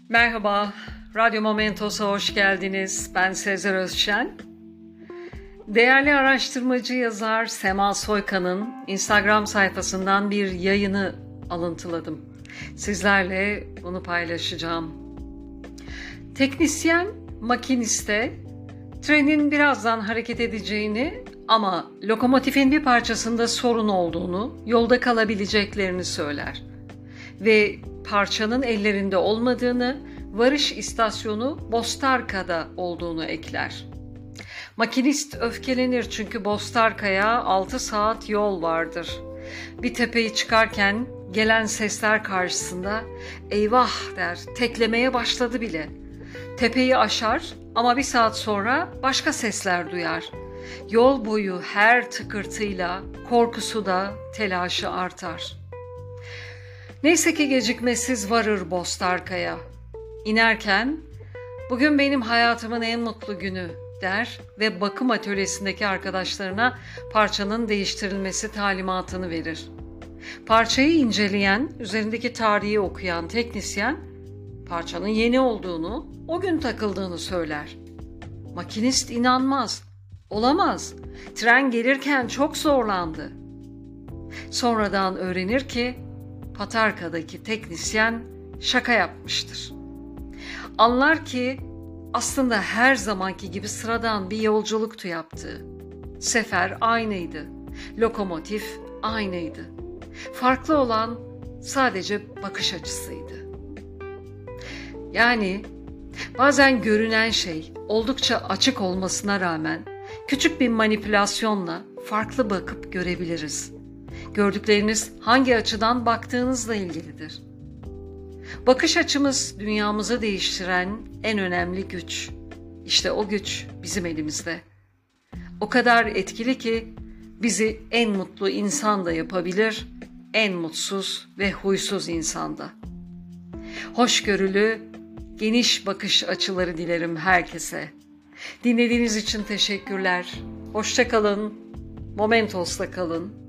Merhaba, Radyo Momentos'a hoş geldiniz. Ben Sezer Özşen. Değerli araştırmacı yazar Sema Soykan'ın Instagram sayfasından bir yayını alıntıladım. Sizlerle bunu paylaşacağım. Teknisyen makiniste trenin birazdan hareket edeceğini ama lokomotifin bir parçasında sorun olduğunu, yolda kalabileceklerini söyler. Ve parçanın ellerinde olmadığını, varış istasyonu Bostarka'da olduğunu ekler. Makinist öfkelenir çünkü Bostarka'ya 6 saat yol vardır. Bir tepeyi çıkarken gelen sesler karşısında eyvah der, teklemeye başladı bile. Tepeyi aşar ama bir saat sonra başka sesler duyar. Yol boyu her tıkırtıyla korkusu da telaşı artar. Neyse ki gecikmesiz varır Bostarka'ya. İnerken bugün benim hayatımın en mutlu günü der ve bakım atölyesindeki arkadaşlarına parçanın değiştirilmesi talimatını verir. Parçayı inceleyen, üzerindeki tarihi okuyan teknisyen parçanın yeni olduğunu, o gün takıldığını söyler. Makinist inanmaz. Olamaz. Tren gelirken çok zorlandı. Sonradan öğrenir ki Patarka'daki teknisyen şaka yapmıştır. Anlar ki aslında her zamanki gibi sıradan bir yolculuktu yaptığı. Sefer aynıydı. Lokomotif aynıydı. Farklı olan sadece bakış açısıydı. Yani bazen görünen şey oldukça açık olmasına rağmen küçük bir manipülasyonla farklı bakıp görebiliriz. Gördükleriniz hangi açıdan baktığınızla ilgilidir. Bakış açımız dünyamızı değiştiren en önemli güç. İşte o güç bizim elimizde. O kadar etkili ki bizi en mutlu insan da yapabilir, en mutsuz ve huysuz insan da. Hoşgörülü, geniş bakış açıları dilerim herkese. Dinlediğiniz için teşekkürler. Hoşça kalın, Momentos'la kalın.